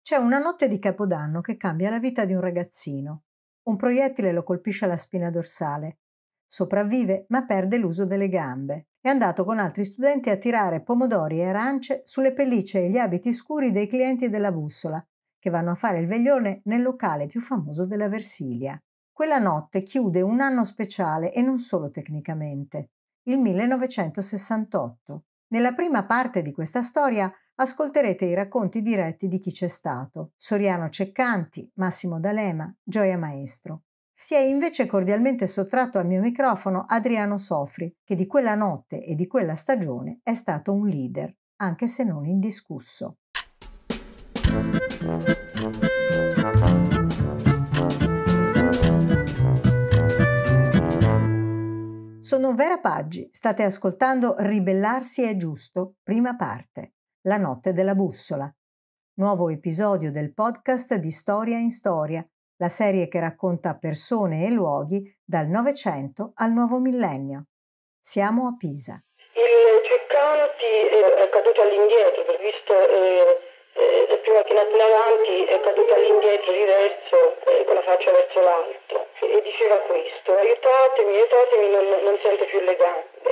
C'è una notte di Capodanno che cambia la vita di un ragazzino. Un proiettile lo colpisce alla spina dorsale. Sopravvive, ma perde l'uso delle gambe. È andato con altri studenti a tirare pomodori e arance sulle pellicce e gli abiti scuri dei clienti della Bussola, che vanno a fare il veglione nel locale più famoso della Versilia. Quella notte chiude un anno speciale e non solo tecnicamente, il 1968. Nella prima parte di questa storia ascolterete i racconti diretti di chi c'è stato: Soriano Ceccanti, Massimo D'Alema, Gioia Maestro. Si è invece cordialmente sottratto al mio microfono Adriano Sofri, che di quella notte e di quella stagione è stato un leader, anche se non indiscusso. Sono Vera Paggi, state ascoltando Ribellarsi è giusto, prima parte, La notte della bussola. Nuovo episodio del podcast di Storia in Storia, la serie che racconta persone e luoghi dal Novecento al nuovo millennio. Siamo a Pisa. Il Ceccanti è caduto all'indietro, visto prima che in avanti è caduto all'indietro di verso con la faccia verso l'alto e diceva questo: aiutatemi, non sento più le gambe.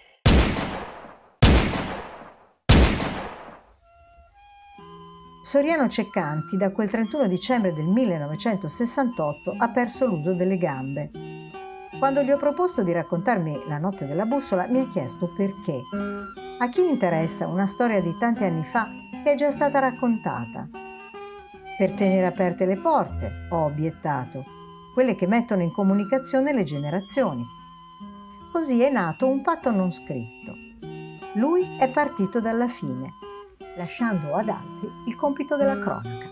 Soriano Ceccanti da quel 31 dicembre del 1968 ha perso l'uso delle gambe. Quando gli ho proposto di raccontarmi La notte della bussola mi ha chiesto perché. A chi interessa una storia di tanti anni fa che è già stata raccontata? Per tenere aperte le porte, ho obiettato, quelle che mettono in comunicazione le generazioni. Così è nato un patto non scritto. Lui è partito dalla fine, lasciando ad altri il compito della cronaca.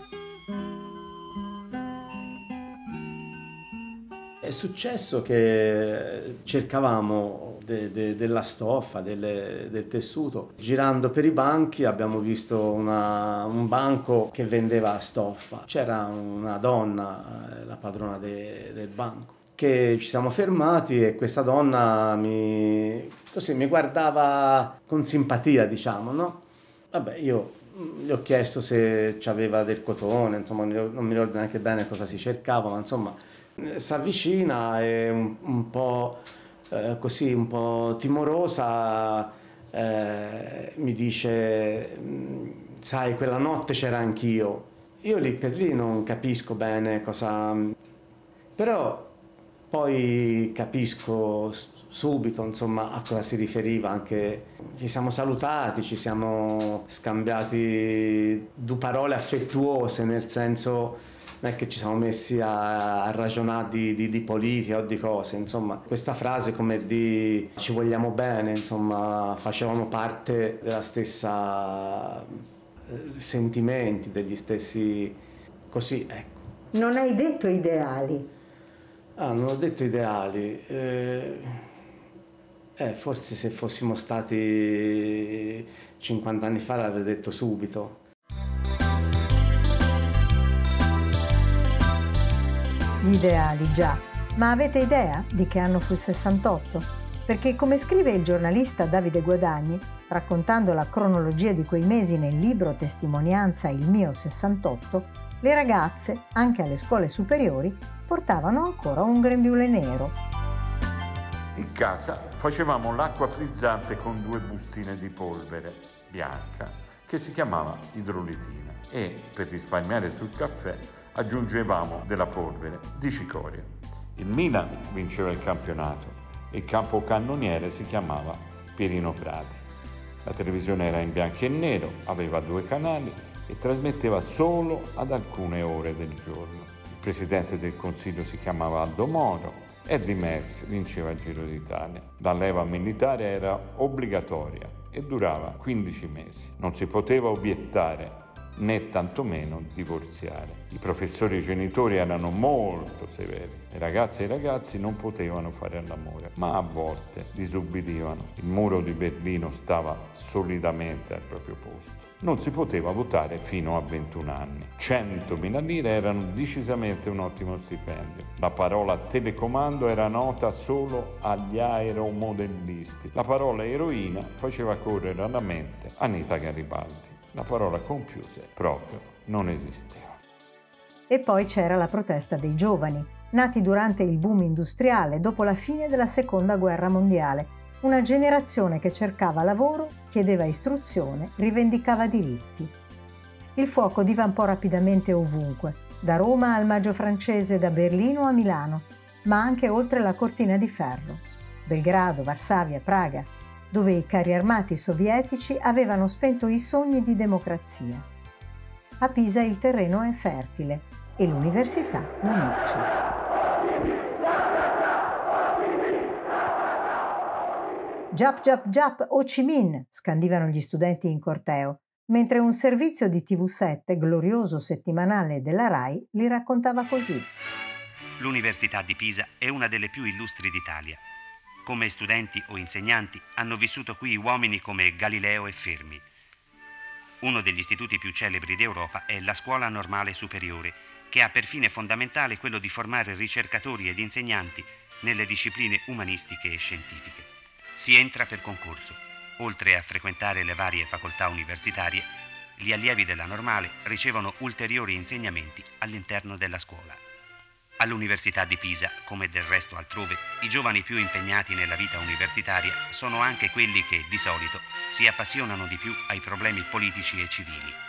È successo che cercavamo della stoffa, del tessuto. Girando per i banchi abbiamo visto un banco che vendeva stoffa. C'era una donna, la padrona del banco, che ci siamo fermati e questa donna mi guardava con simpatia, diciamo, no? Vabbè, io gli ho chiesto se c'aveva del cotone, insomma, non mi ricordo neanche bene cosa si cercava, ma insomma, si avvicina e un po' così, un po' timorosa, mi dice: sai, quella notte c'era anch'io. Io lì per lì non capisco bene cosa, però poi capisco subito, insomma, a cosa si riferiva. Anche ci siamo salutati, ci siamo scambiati due parole affettuose, nel senso, non è che ci siamo messi a ragionare di politica o di cose, insomma. Questa frase, come di ci vogliamo bene, insomma, facevano parte della stessa sentimenti, degli stessi, così, ecco. Non hai detto ideali? Non ho detto ideali. Forse se fossimo stati 50 anni fa l'avrei detto subito. Gli ideali, già. Ma avete idea di che anno fu il 68? Perché, come scrive il giornalista Davide Guadagni, raccontando la cronologia di quei mesi nel libro Testimonianza Il mio 68, le ragazze, anche alle scuole superiori, portavano ancora un grembiule nero. In casa facevamo l'acqua frizzante con 2 bustine di polvere bianca che si chiamava idrolitina e, per risparmiare sul caffè, aggiungevamo della polvere di cicoria. Il Milan vinceva il campionato e il capocannoniere si chiamava Pierino Prati. La televisione era in bianco e nero, aveva 2 canali e trasmetteva solo ad alcune ore del giorno. Il presidente del consiglio si chiamava Aldo Moro. Eddie Merckx vinceva il Giro d'Italia. La leva militare era obbligatoria e durava 15 mesi. Non si poteva obiettare né tantomeno divorziare. I professori e i genitori erano molto severi. Le ragazze e i ragazzi non potevano fare l'amore, ma a volte disubbidivano. Il muro di Berlino stava solidamente al proprio posto. Non si poteva votare fino a 21 anni. 100.000 lire erano decisamente un ottimo stipendio. La parola telecomando era nota solo agli aeromodellisti. La parola eroina faceva correre alla mente Anita Garibaldi. La parola computer proprio non esisteva. E poi c'era la protesta dei giovani, nati durante il boom industriale dopo la fine della Seconda Guerra Mondiale, una generazione che cercava lavoro, chiedeva istruzione, rivendicava diritti. Il fuoco divampò rapidamente ovunque, da Roma al Maggio francese, da Berlino a Milano, ma anche oltre la Cortina di Ferro, Belgrado, Varsavia, Praga, dove i carri armati sovietici avevano spento i sogni di democrazia. A Pisa il terreno è fertile e l'università lo nutre. Giap, giap, giap, Ho Chi Minh, scandivano gli studenti in corteo, mentre un servizio di TV7, glorioso settimanale della RAI, li raccontava così. L'Università di Pisa è una delle più illustri d'Italia. Come studenti o insegnanti hanno vissuto qui uomini come Galileo e Fermi. Uno degli istituti più celebri d'Europa è la Scuola Normale Superiore, che ha per fine fondamentale quello di formare ricercatori ed insegnanti nelle discipline umanistiche e scientifiche. Si entra per concorso. Oltre a frequentare le varie facoltà universitarie, gli allievi della Normale ricevono ulteriori insegnamenti all'interno della scuola. All'Università di Pisa, come del resto altrove, i giovani più impegnati nella vita universitaria sono anche quelli che, di solito, si appassionano di più ai problemi politici e civili.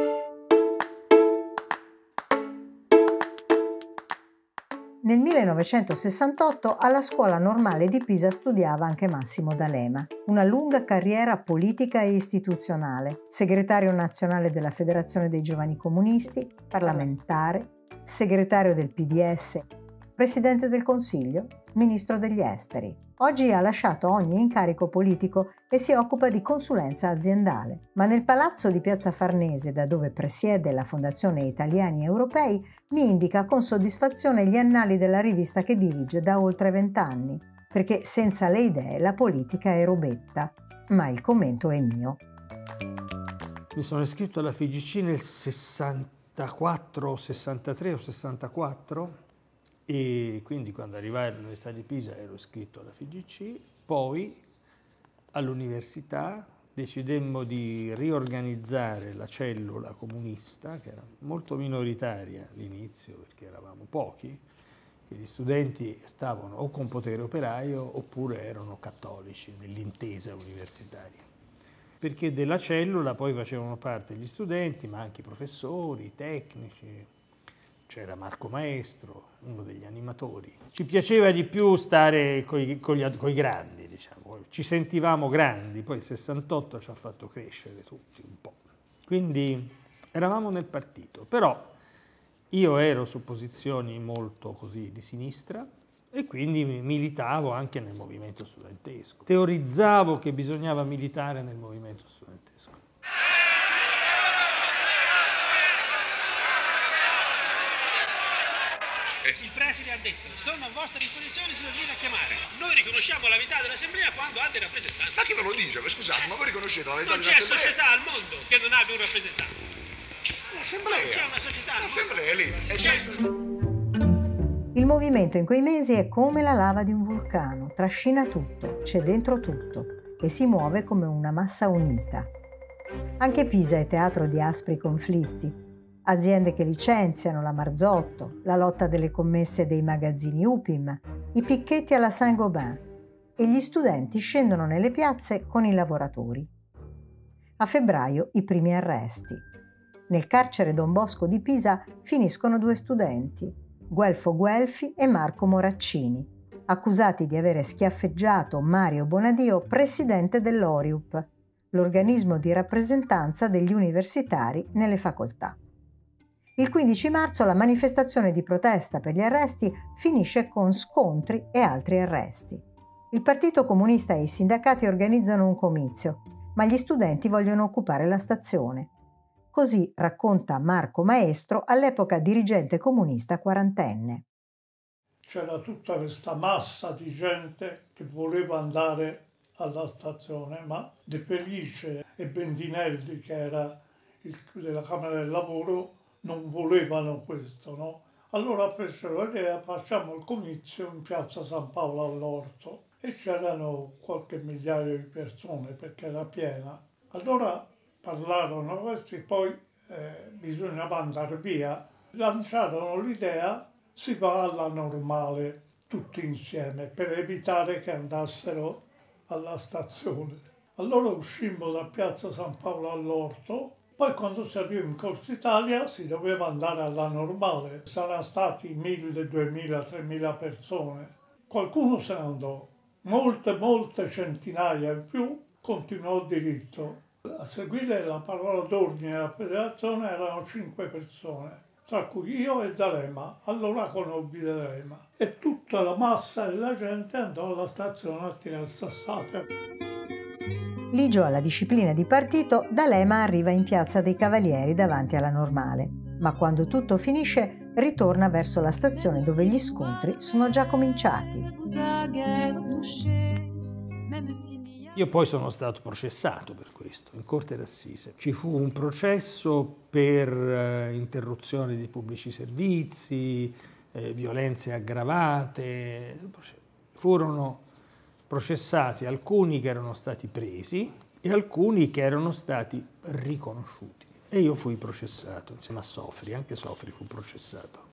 Nel 1968 alla Scuola Normale di Pisa studiava anche Massimo D'Alema. Una lunga carriera politica e istituzionale, segretario nazionale della Federazione dei Giovani Comunisti, parlamentare, segretario del PDS, presidente del Consiglio, ministro degli esteri. Oggi ha lasciato ogni incarico politico e si occupa di consulenza aziendale. Ma nel palazzo di Piazza Farnese, da dove presiede la Fondazione Italiani Europei, mi indica con soddisfazione gli annali della rivista che dirige da oltre 20 anni, perché senza le idee la politica è robetta. Ma il commento è mio. Mi sono iscritto alla FIGC nel 64, 63 o 64 e quindi quando arrivai all'Università di Pisa ero iscritto alla FIGC, poi all'università decidemmo di riorganizzare la cellula comunista, che era molto minoritaria all'inizio perché eravamo pochi, e gli studenti stavano o con potere operaio oppure erano cattolici nell'intesa universitaria. Perché della cellula poi facevano parte gli studenti, ma anche i professori, i tecnici. C'era Marco Maestro, uno degli animatori. Ci piaceva di più stare coi grandi, diciamo. Ci sentivamo grandi, poi il 68 ci ha fatto crescere tutti un po'. Quindi eravamo nel partito, però io ero su posizioni molto così di sinistra e quindi militavo anche nel movimento studentesco. Teorizzavo che bisognava militare nel movimento studentesco. Il preside ha detto: sono a vostra disposizione se lo viene a chiamare. Noi riconosciamo la vita dell'assemblea quando ha dei rappresentanti. Ma chi ve lo dice? Scusate, ma voi riconoscete la vita dell'assemblea? Non c'è società al mondo che non abbia un rappresentante. L'assemblea. Non c'è una società. L'assemblea è lì. Il movimento in quei mesi è come la lava di un vulcano, trascina tutto, c'è dentro tutto e si muove come una massa unita. Anche Pisa è teatro di aspri conflitti. Aziende che licenziano, la Marzotto, la lotta delle commesse dei magazzini UPIM, i picchetti alla Saint-Gobain e gli studenti scendono nelle piazze con i lavoratori. A febbraio i primi arresti. Nel carcere Don Bosco di Pisa finiscono 2 studenti, Guelfo Guelfi e Marco Moraccini, accusati di avere schiaffeggiato Mario Bonadio, presidente dell'Oriup, l'organismo di rappresentanza degli universitari nelle facoltà. Il 15 marzo la manifestazione di protesta per gli arresti finisce con scontri e altri arresti. Il Partito Comunista e i sindacati organizzano un comizio, ma gli studenti vogliono occupare la stazione. Così racconta Marco Maestro, all'epoca dirigente comunista quarantenne. C'era tutta questa massa di gente che voleva andare alla stazione, ma De Felice e Bentinelli, che era della Camera del Lavoro, non volevano questo, no? Allora fecero l'idea: facciamo il comizio in piazza San Paolo all'Orto, e c'erano qualche migliaio di persone perché era piena. Allora parlarono questi, poi bisognava andare via, lanciarono l'idea si va alla Normale tutti insieme per evitare che andassero alla stazione. Allora uscimmo da Piazza San Paolo all'Orto, poi quando si arrivò in Corso Italia si doveva andare alla Normale. Saranno stati 1000, 2000, 3000 persone. Qualcuno se ne andò, molte centinaia e più continuò diritto. A seguire la parola d'ordine della federazione erano 5 persone, tra cui io e D'Alema. Allora conobbi D'Alema e tutta la massa della gente andò alla stazione a tirare sassate. Ligio alla disciplina di partito, D'Alema arriva in Piazza dei Cavalieri davanti alla Normale, ma quando tutto finisce ritorna verso la stazione dove gli scontri sono già cominciati. Io poi sono stato processato per questo, in corte d'assise. Ci fu un processo per interruzione di pubblici servizi, violenze aggravate. Furono processati alcuni che erano stati presi e alcuni che erano stati riconosciuti. E io fui processato insieme a Sofri, anche Sofri fu processato.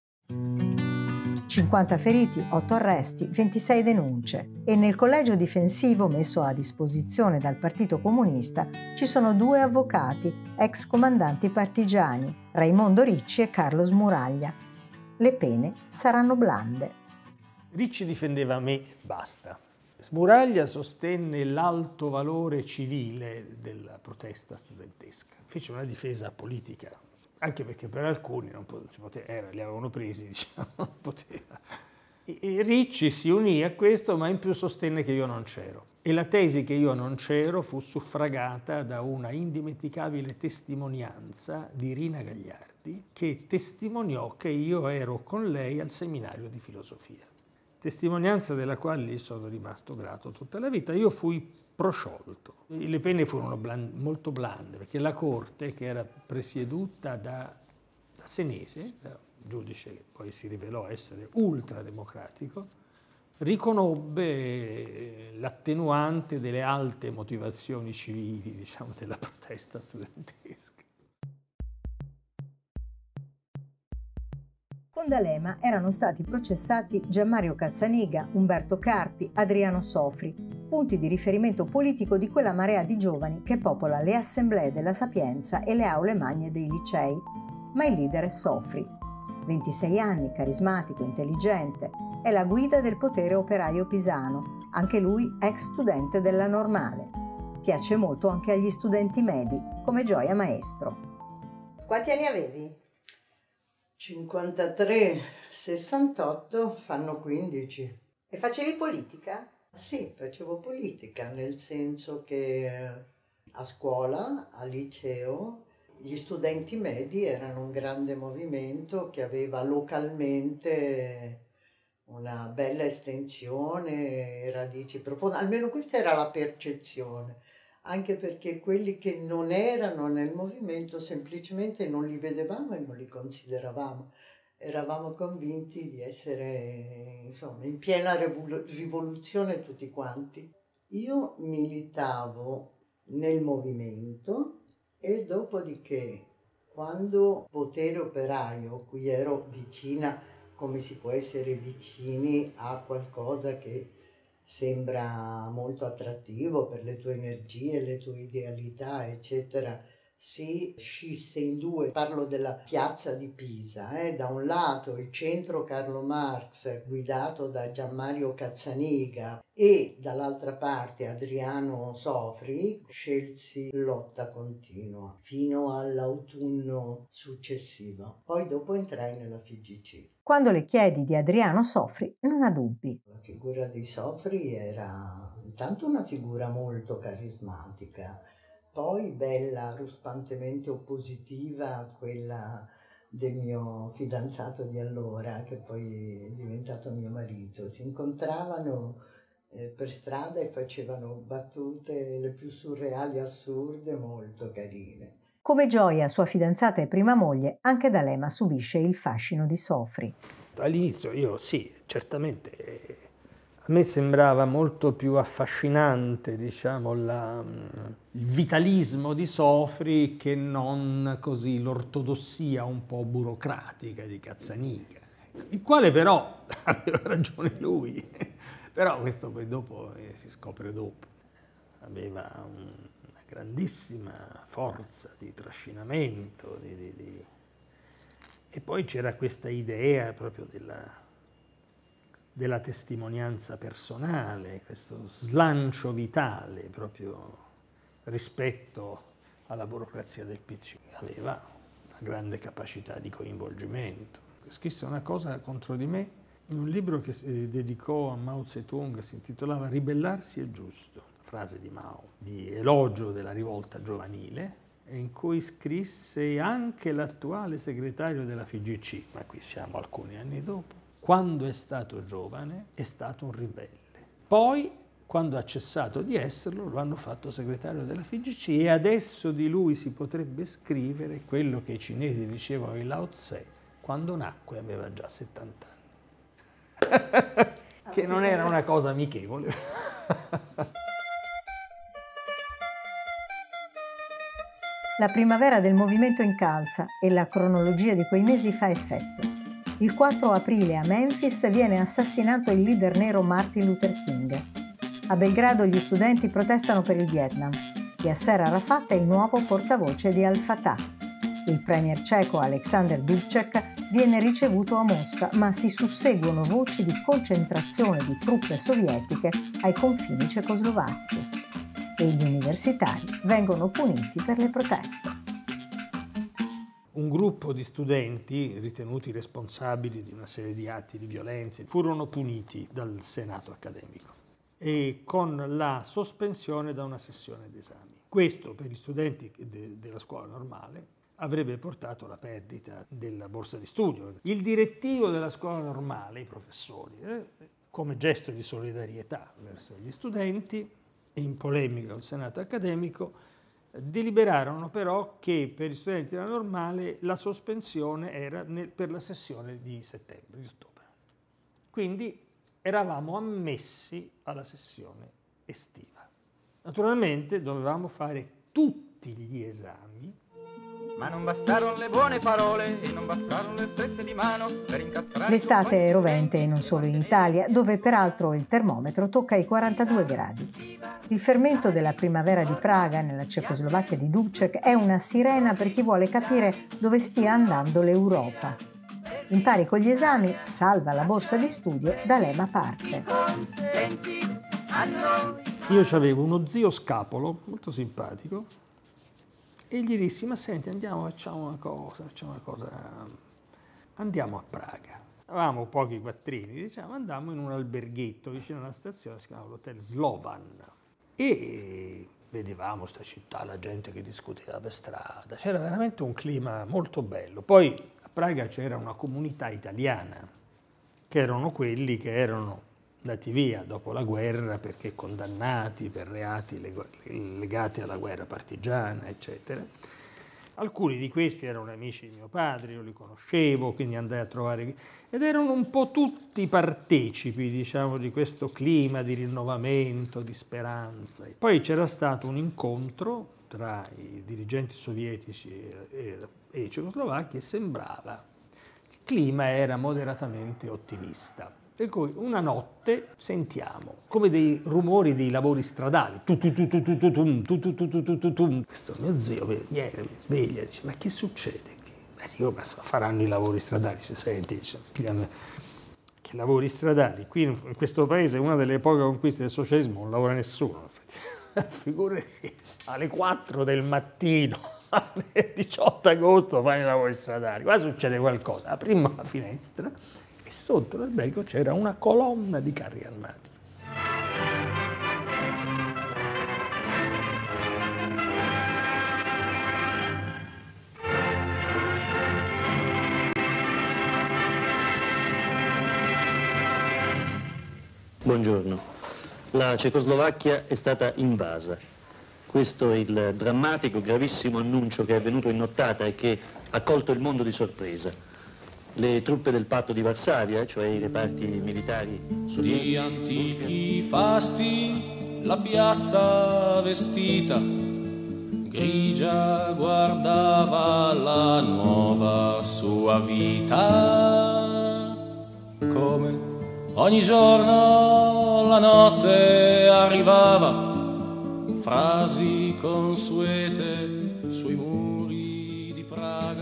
50 feriti, 8 arresti, 26 denunce e nel collegio difensivo messo a disposizione dal Partito Comunista ci sono 2 avvocati, ex comandanti partigiani, Raimondo Ricci e Carlo Smuraglia. Le pene saranno blande. Ricci difendeva me, basta. Smuraglia sostenne l'alto valore civile della protesta studentesca. Fece una difesa politica. Anche perché per alcuni non si poteva, li avevano presi, diciamo, non poteva. E Ricci si unì a questo, ma in più sostenne che io non c'ero. E la tesi che io non c'ero fu suffragata da una indimenticabile testimonianza di Rina Gagliardi, che testimoniò che io ero con lei al seminario di filosofia. Testimonianza della quale gli sono rimasto grato tutta la vita. Io fui prosciolto. Le pene furono molto blande, perché la Corte, che era presieduta da Senese, da un giudice che poi si rivelò essere ultrademocratico, riconobbe l'attenuante delle alte motivazioni civili, diciamo, della protesta studentesca. Con D'Alema erano stati processati Gianmario Cazzaniga, Umberto Carpi, Adriano Sofri, punti di riferimento politico di quella marea di giovani che popola le assemblee della Sapienza e le aule magne dei licei. Ma il leader è Sofri. 26 anni, carismatico, intelligente, è la guida del potere operaio pisano, anche lui ex studente della Normale. Piace molto anche agli studenti medi, come Gioia Maestro. Quanti anni avevi? 53, 68, fanno 15. E facevi politica? Sì, facevo politica, nel senso che a scuola, al liceo, gli studenti medi erano un grande movimento che aveva localmente una bella estensione e radici profonde, almeno questa era la percezione, anche perché quelli che non erano nel movimento semplicemente non li vedevamo e non li consideravamo. Eravamo convinti di essere, insomma, in piena rivoluzione tutti quanti. Io militavo nel movimento e dopodiché, quando Potere Operaio, cui ero vicina, come si può essere vicini a qualcosa che sembra molto attrattivo per le tue energie, le tue idealità, eccetera, si scisse in due. Parlo della piazza di Pisa, da un lato il centro Carlo Marx guidato da Gianmario Cazzaniga e dall'altra parte Adriano Sofri. Scelsi lotta continua fino all'autunno successivo. Poi dopo entrai nella FIGC. Quando le chiedi di Adriano Sofri non ha dubbi. La figura di Sofri era intanto una figura molto carismatica, poi bella, ruspantemente oppositiva a quella del mio fidanzato di allora, che poi è diventato mio marito. Si incontravano per strada e facevano battute le più surreali, assurde, molto carine. Come Gioia, sua fidanzata e prima moglie, anche D'Alema subisce il fascino di Sofri. All'inizio io sì, certamente A me sembrava molto più affascinante, diciamo, il vitalismo di Sofri che non così l'ortodossia un po' burocratica di Cazzaniga, il quale però aveva ragione lui, però questo poi dopo si scopre dopo. Aveva una grandissima forza di trascinamento, e poi c'era questa idea proprio della testimonianza personale, questo slancio vitale proprio rispetto alla burocrazia del PC. Aveva una grande capacità di coinvolgimento. Scrisse una cosa contro di me in un libro che si dedicò a Mao Zedong, si intitolava Ribellarsi è giusto, frase di Mao, di elogio della rivolta giovanile, e in cui scrisse anche l'attuale segretario della FIGC, ma qui siamo alcuni anni dopo, quando è stato giovane è stato un ribelle. Poi, quando ha cessato di esserlo, lo hanno fatto segretario della FIGC e adesso di lui si potrebbe scrivere quello che i cinesi dicevano di Lao Tse quando nacque aveva già 70 anni. Che non era una cosa amichevole. La primavera del movimento incalza e la cronologia di quei mesi fa effetto. Il 4 aprile a Memphis viene assassinato il leader nero Martin Luther King. A Belgrado gli studenti protestano per il Vietnam. Yasser Arafat è il nuovo portavoce di Al-Fatah. Il premier ceco Alexander Dubček viene ricevuto a Mosca, ma si susseguono voci di concentrazione di truppe sovietiche ai confini cecoslovacchi. E gli universitari vengono puniti per le proteste. Un gruppo di studenti ritenuti responsabili di una serie di atti di violenza furono puniti dal Senato accademico e con la sospensione da una sessione d'esami. Questo per gli studenti della scuola normale avrebbe portato alla perdita della borsa di studio. Il direttivo della scuola normale, i professori, come gesto di solidarietà verso gli studenti e in polemica col Senato accademico, deliberarono però che per gli studenti della normale la sospensione era per la sessione di settembre, di ottobre. Quindi eravamo ammessi alla sessione estiva. Naturalmente dovevamo fare tutti gli esami. Ma non bastarono le buone parole e non bastarono le strette di mano per incastrare... L'estate è rovente e non solo in Italia, dove peraltro il termometro tocca i 42 gradi. Il fermento della primavera di Praga, nella Cecoslovacchia di Dubček, è una sirena per chi vuole capire dove stia andando l'Europa. Impari con gli esami, salva la borsa di studio, D'Alema parte. Io avevo uno zio scapolo, molto simpatico, e gli dissi, ma senti, facciamo una cosa, andiamo a Praga. Avevamo pochi quattrini, diciamo, andammo in un alberghetto vicino alla stazione, si chiamava l'Hotel Slovan, e vedevamo sta città, la gente che discuteva per strada, c'era veramente un clima molto bello. Poi a Praga c'era una comunità italiana, che erano quelli che erano andati via dopo la guerra perché condannati per reati legati alla guerra partigiana, eccetera. Alcuni di questi erano amici di mio padre, io li conoscevo, quindi andai a trovare... Ed erano un po' tutti partecipi, diciamo, di questo clima di rinnovamento, di speranza. Poi c'era stato un incontro tra i dirigenti sovietici e i cecoslovacchi e sembrava... Il clima era moderatamente ottimista. Per cui una notte sentiamo come dei rumori dei lavori stradali. Questo mio zio viene, mi sveglia e dice, ma che succede qui? Dico, ma faranno i lavori stradali, si sente, dice, che lavori stradali? Qui in questo paese, una delle poche conquiste del socialismo, non lavora nessuno. Figurati, alle 4 del mattino, il 18 agosto, fanno i lavori stradali. Qua succede qualcosa, apriamo la finestra e sotto l'albergo c'era una colonna di carri armati. Buongiorno. La Cecoslovacchia è stata invasa. Questo è il drammatico, gravissimo annuncio che è avvenuto in nottata e che ha colto il mondo di sorpresa. Le truppe del patto di Varsavia, cioè i reparti militari sovietici. Di antichi fasti la piazza vestita, grigia guardava la nuova sua vita. Come ogni giorno la notte arrivava, frasi consuete sui muri di Praga.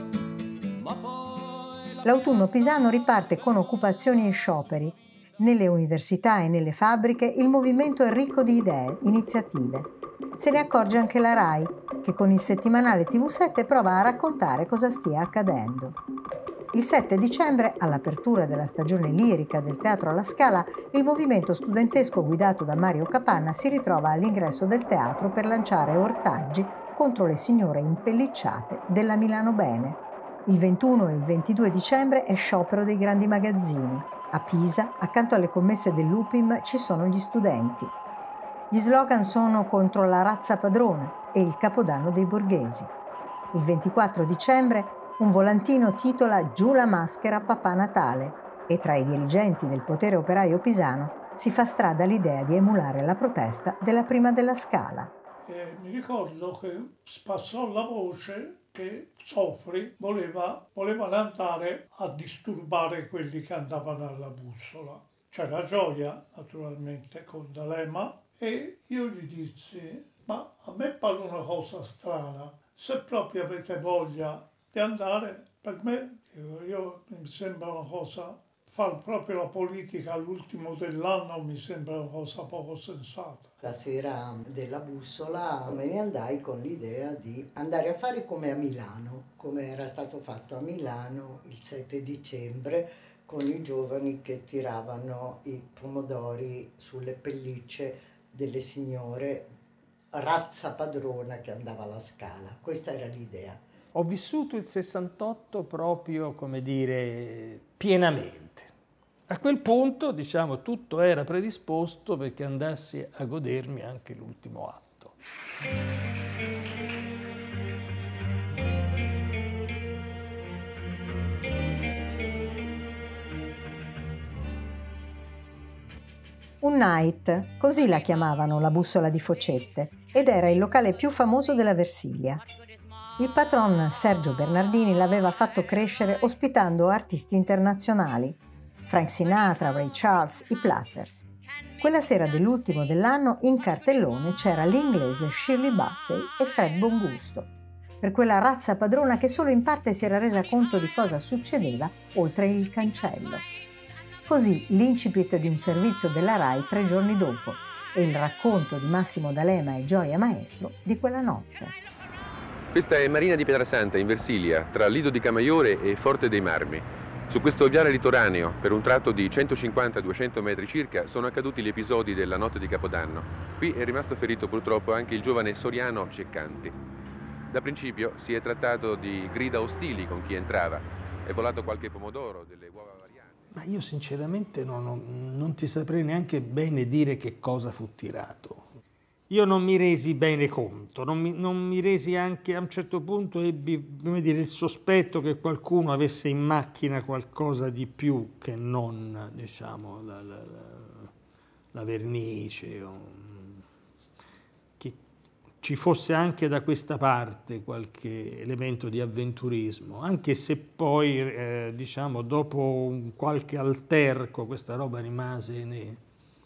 L'autunno pisano riparte con occupazioni e scioperi. Nelle università e nelle fabbriche il movimento è ricco di idee, iniziative. Se ne accorge anche la RAI, che con il settimanale TV7 prova a raccontare cosa stia accadendo. Il 7 dicembre, all'apertura della stagione lirica del Teatro alla Scala, il movimento studentesco guidato da Mario Capanna si ritrova all'ingresso del teatro per lanciare ortaggi contro le signore impellicciate della Milano Bene. Il 21 e il 22 dicembre è sciopero dei grandi magazzini. A Pisa, accanto alle commesse dell'UPIM, ci sono gli studenti. Gli slogan sono contro la razza padrona e il capodanno dei borghesi. Il 24 dicembre un volantino titola "Giù la maschera, Papà Natale" e tra i dirigenti del potere operaio pisano si fa strada l'idea di emulare la protesta della prima della Scala. Mi ricordo che passò la voce che Sofri voleva andare a disturbare quelli che andavano alla bussola. C'era Gioia, naturalmente, con D'Alema, e io gli dissi: ma a me pare una cosa strana, se proprio avete voglia di andare, per me, mi sembra una cosa, fare proprio la politica all'ultimo dell'anno mi sembra una cosa poco sensata. La sera della bussola me ne andai con l'idea di andare a fare come a Milano, come era stato fatto a Milano il 7 dicembre, con i giovani che tiravano i pomodori sulle pellicce delle signore, razza padrona che andava alla Scala. Questa era l'idea. Ho vissuto il 68 proprio, come dire, pienamente. A quel punto, diciamo, tutto era predisposto perché andassi a godermi anche l'ultimo atto. Un night, così la chiamavano la bussola di Focette, ed era il locale più famoso della Versilia. Il patron Sergio Bernardini l'aveva fatto crescere ospitando artisti internazionali, Frank Sinatra, Ray Charles, i Platters. Quella sera dell'ultimo dell'anno in cartellone c'era l'inglese Shirley Bassey e Fred Bongusto, per quella razza padrona che solo in parte si era resa conto di cosa succedeva oltre il cancello. Così l'incipit di un servizio della RAI 3 giorni dopo e il racconto di Massimo D'Alema e Gioia Maestro di quella notte. Questa è Marina di Pietrasanta, in Versilia, tra Lido di Camaiore e Forte dei Marmi. Su questo viale litoraneo, per un tratto di 150-200 metri circa, sono accaduti gli episodi della notte di Capodanno. Qui è rimasto ferito purtroppo anche il giovane Soriano Ceccanti. Da principio si è trattato di grida ostili con chi entrava. È volato qualche pomodoro, delle uova variate. Ma io sinceramente non ti saprei neanche bene dire che cosa fu tirato. Io non mi resi bene conto, non mi resi anche, a un certo punto ebbi, come dire, il sospetto che qualcuno avesse in macchina qualcosa di più che non, diciamo, la vernice, o che ci fosse anche da questa parte qualche elemento di avventurismo, anche se poi, diciamo, dopo qualche alterco questa roba rimase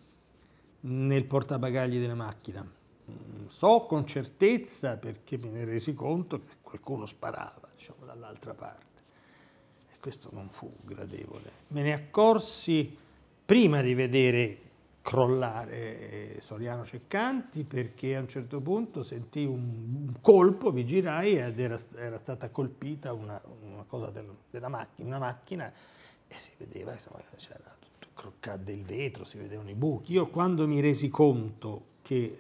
nel portabagagli della macchina. So con certezza, perché me ne resi conto, che qualcuno sparava, diciamo, dall'altra parte. E questo non fu gradevole. Me ne accorsi prima di vedere crollare Soriano Ceccanti, perché a un certo punto sentii un colpo, mi girai ed era stata colpita una cosa della macchina, una macchina, e si vedeva, insomma, c'era croccade il vetro, si vedevano i buchi. Io, quando mi resi conto che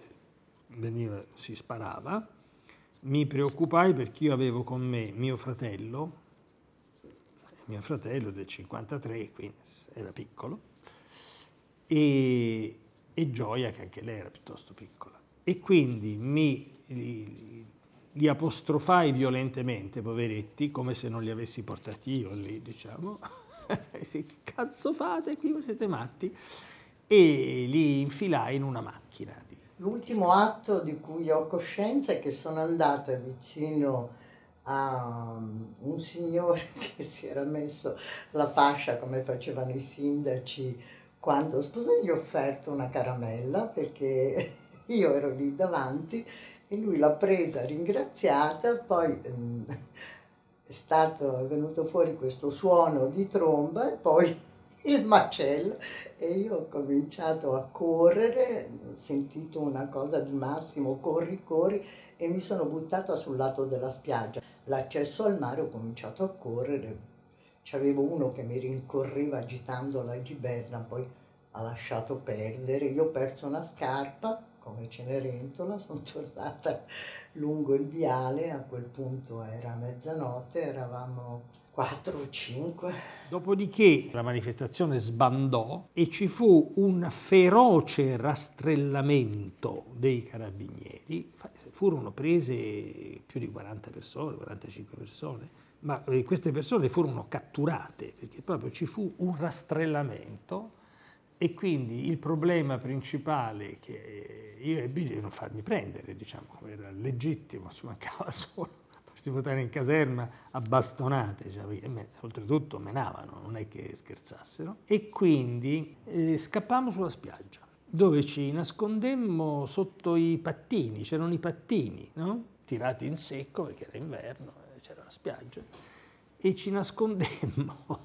si sparava, mi preoccupai, perché io avevo con me mio fratello del 53, quindi era piccolo, e Gioia, che anche lei era piuttosto piccola, e quindi li apostrofai violentemente, poveretti, come se non li avessi portati io lì, diciamo. Che cazzo fate qui, voi siete matti? E li infilai in una macchina. L'ultimo atto di cui ho coscienza è che sono andata vicino a un signore che si era messo la fascia come facevano i sindaci quando sposai, gli ho offerto una caramella perché io ero lì davanti e lui l'ha presa, ringraziata, poi è venuto fuori questo suono di tromba e poi il macello e io ho cominciato a correre, ho sentito una cosa di Massimo, corri, corri, e mi sono buttata sul lato della spiaggia. L'accesso al mare, ho cominciato a correre, c'avevo uno che mi rincorreva agitando la giberna, poi ha lasciato perdere, io ho perso una scarpa come Cenerentola, sono tornata lungo il viale, a quel punto era mezzanotte, eravamo 4 o 5. Dopodiché la manifestazione sbandò e ci fu un feroce rastrellamento dei carabinieri. Furono prese più di 40 persone, 45 persone, ma queste persone furono catturate perché proprio ci fu un rastrellamento. E quindi il problema principale che io ebbi di non farmi prendere, diciamo, era legittimo, ci mancava solo farsi portare in caserma a bastonate, cioè, oltretutto menavano, non è che scherzassero, e quindi scappammo sulla spiaggia, dove ci nascondemmo sotto i pattini, c'erano i pattini, no? Tirati in secco perché era inverno, c'era la spiaggia, e ci nascondemmo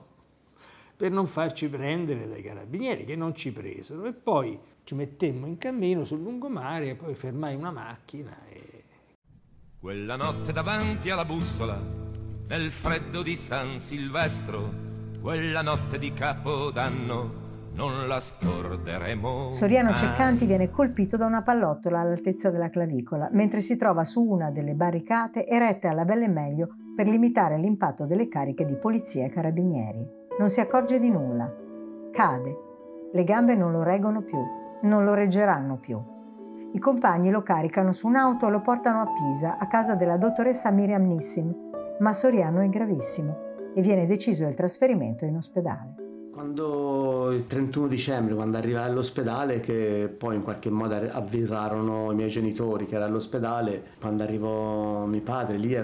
per non farci prendere dai carabinieri, che non ci presero, e poi ci mettemmo in cammino sul lungomare e poi fermai una macchina e... Quella notte davanti alla bussola, nel freddo di San Silvestro, quella notte di Capodanno, non la scorderemo. Soriano Ceccanti viene colpito da una pallottola all'altezza della clavicola, mentre si trova su una delle barricate erette alla bell'e meglio per limitare l'impatto delle cariche di polizia e carabinieri. Non si accorge di nulla. Cade. Le gambe non lo reggono più. Non lo reggeranno più. I compagni lo caricano su un'auto e lo portano a Pisa, a casa della dottoressa Miriam Nissim, ma Soriano è gravissimo e viene deciso il trasferimento in ospedale. Quando il 31 dicembre, quando arrivai all'ospedale, che poi in qualche modo avvisarono i miei genitori che era all'ospedale, quando arrivò mio padre, lì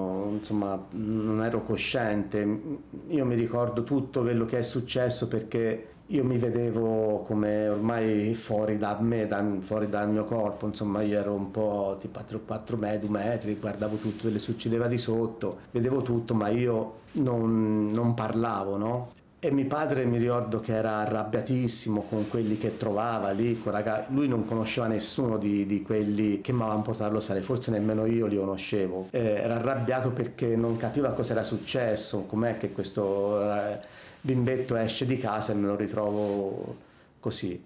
non ero cosciente. Io mi ricordo tutto quello che è successo perché io mi vedevo come ormai fuori da me, fuori dal mio corpo, insomma io ero un po' tipo a 4 metri, 2 metri, guardavo tutto quello che succedeva di sotto, vedevo tutto, ma io non parlavo, no? E mio padre mi ricordo che era arrabbiatissimo con quelli che trovava lì, lui non conosceva nessuno di quelli che mi avevano portato all'ospedale, forse nemmeno io li conoscevo. Era arrabbiato perché non capiva cosa era successo, com'è che questo bimbetto esce di casa e me lo ritrovo così.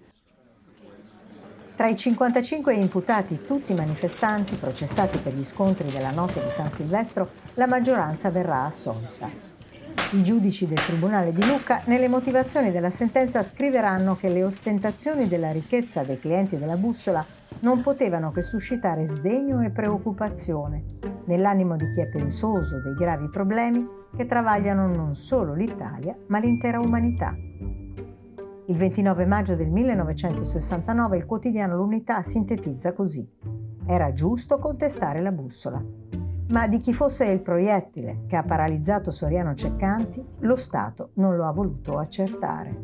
Tra i 55 imputati, tutti manifestanti, processati per gli scontri della notte di San Silvestro, la maggioranza verrà assolta. I giudici del Tribunale di Lucca nelle motivazioni della sentenza scriveranno che le ostentazioni della ricchezza dei clienti della bussola non potevano che suscitare sdegno e preoccupazione nell'animo di chi è pensoso dei gravi problemi che travagliano non solo l'Italia ma l'intera umanità. Il 29 maggio del 1969 il quotidiano L'Unità sintetizza così: era giusto contestare la bussola. Ma di chi fosse il proiettile che ha paralizzato Soriano Ceccanti, lo Stato non lo ha voluto accertare.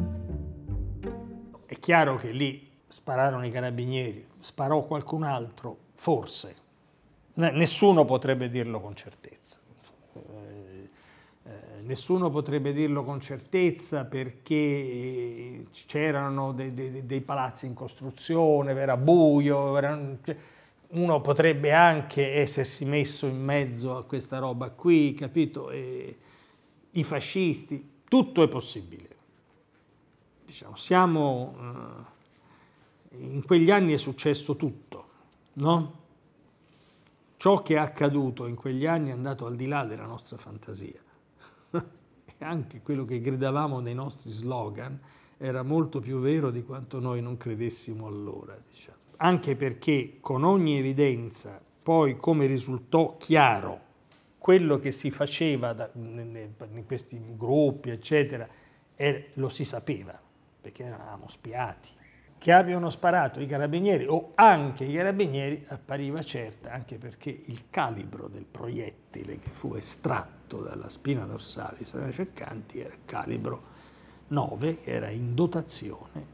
È chiaro che lì spararono i carabinieri, sparò qualcun altro, forse. Nessuno potrebbe dirlo con certezza. Nessuno potrebbe dirlo con certezza perché c'erano dei palazzi in costruzione, era buio, uno potrebbe anche essersi messo in mezzo a questa roba qui, capito? E i fascisti, tutto è possibile. Diciamo, in quegli anni è successo tutto, no? Ciò che è accaduto in quegli anni è andato al di là della nostra fantasia. E anche quello che gridavamo nei nostri slogan era molto più vero di quanto noi non credessimo allora, diciamo. Anche perché con ogni evidenza Poi, come risultò chiaro, quello che si faceva in questi gruppi, eccetera, lo si sapeva, perché eravamo spiati. Che abbiano sparato i carabinieri o anche i carabinieri appariva certa, anche perché il calibro del proiettile che fu estratto dalla spina dorsale di Soriano Ceccanti era il calibro 9, che era in dotazione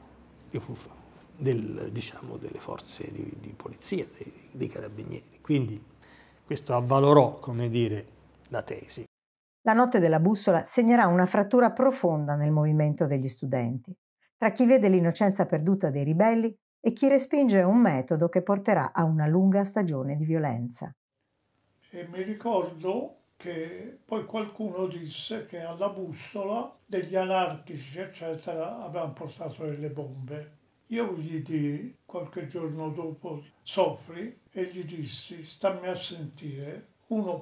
delle forze di polizia, dei carabinieri. Quindi questo avvalorò, come dire, la tesi. La notte della bussola segnerà una frattura profonda nel movimento degli studenti, tra chi vede l'innocenza perduta dei ribelli e chi respinge un metodo che porterà a una lunga stagione di violenza. E mi ricordo che poi qualcuno disse che alla bussola degli anarchici, eccetera, avevano portato delle bombe. Io gli dissi, qualche giorno dopo, soffri, e gli dissi, stammi a sentire, uno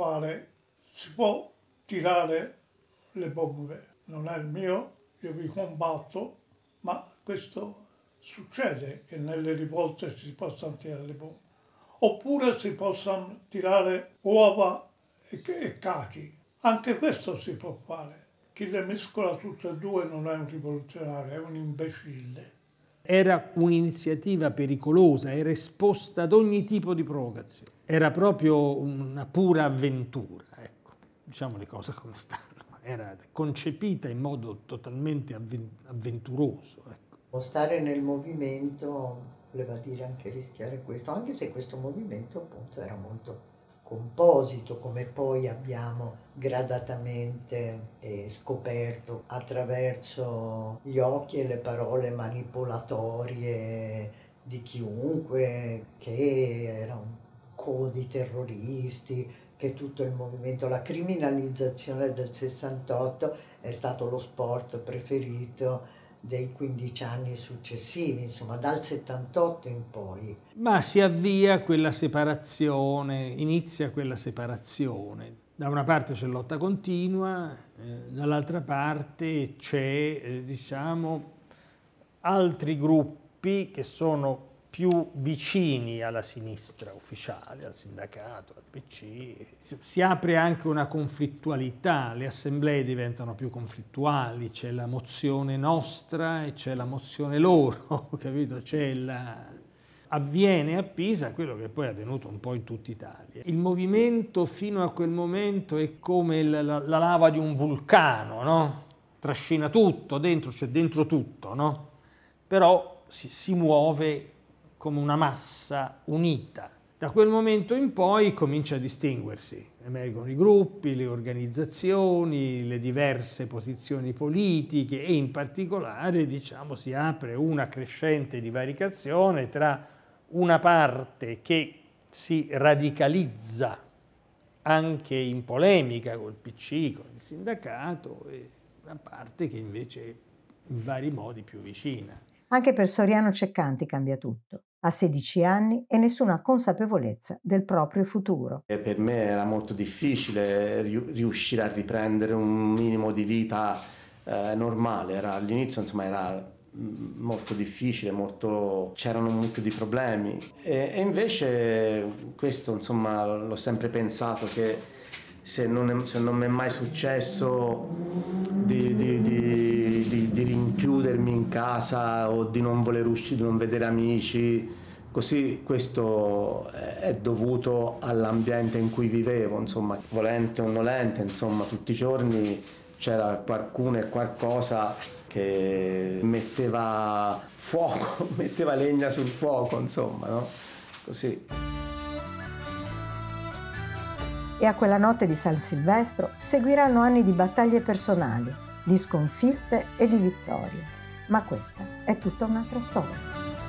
si può tirare le bombe, non è il mio, io vi combatto, ma questo succede che nelle rivolte si possano tirare le bombe. Oppure si possano tirare uova e cachi. Anche questo si può fare. Chi le mescola tutte e due non è un rivoluzionario, è un imbecille. Era un'iniziativa pericolosa, era esposta ad ogni tipo di provocazione. Era proprio una pura avventura, ecco. Diciamo le cose come stanno. Era concepita in modo totalmente avventuroso. Ecco. Stare nel movimento voleva dire anche rischiare questo, anche se questo movimento appunto era molto composito, come poi abbiamo gradatamente scoperto attraverso gli occhi e le parole manipolatorie di chiunque, che era un covo di terroristi, che tutto il movimento, la criminalizzazione del 68 è stato lo sport preferito dei 15 anni successivi, insomma dal 78 in poi. Ma si avvia quella separazione, inizia quella separazione. Da una parte c'è lotta continua, dall'altra parte c'è, altri gruppi che sono più vicini alla sinistra ufficiale, al sindacato, al PC. Si apre anche una conflittualità, le assemblee diventano più conflittuali, c'è la mozione nostra e c'è la mozione loro, capito? Avviene a Pisa quello che poi è avvenuto un po' in tutta Italia. Il movimento fino a quel momento è come la lava di un vulcano, no? Trascina tutto, c'è dentro tutto, no? Però si muove come una massa unita. Da quel momento in poi comincia a distinguersi, emergono i gruppi, le organizzazioni, le diverse posizioni politiche e in particolare si apre una crescente divaricazione tra una parte che si radicalizza anche in polemica col PC, con il sindacato, e una parte che invece è in vari modi più vicina. Anche per Soriano Ceccanti cambia tutto. Ha 16 anni e nessuna consapevolezza del proprio futuro. E per me era molto difficile riuscire a riprendere un minimo di vita normale. All'inizio era molto difficile, c'erano molti di problemi. E invece questo l'ho sempre pensato, che se non mi è mai successo di rinchiudermi in casa o di non voler uscire, di non vedere amici, così questo è dovuto all'ambiente in cui vivevo, volente o nolente, tutti i giorni c'era qualcuno e qualcosa che metteva fuoco, metteva legna sul fuoco, no? Così. E a quella notte di San Silvestro seguiranno anni di battaglie personali, di sconfitte e di vittorie. Ma questa è tutta un'altra storia.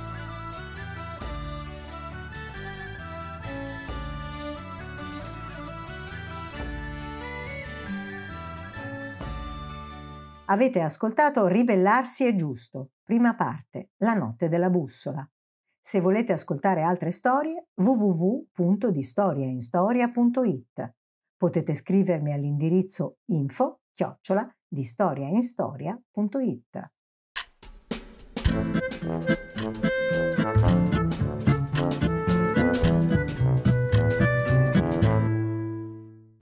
Avete ascoltato Ribellarsi è giusto, prima parte, La notte della bussola. Se volete ascoltare altre storie, www.distoriainstoria.it. Potete scrivermi all'indirizzo info@distoriainstoria.it.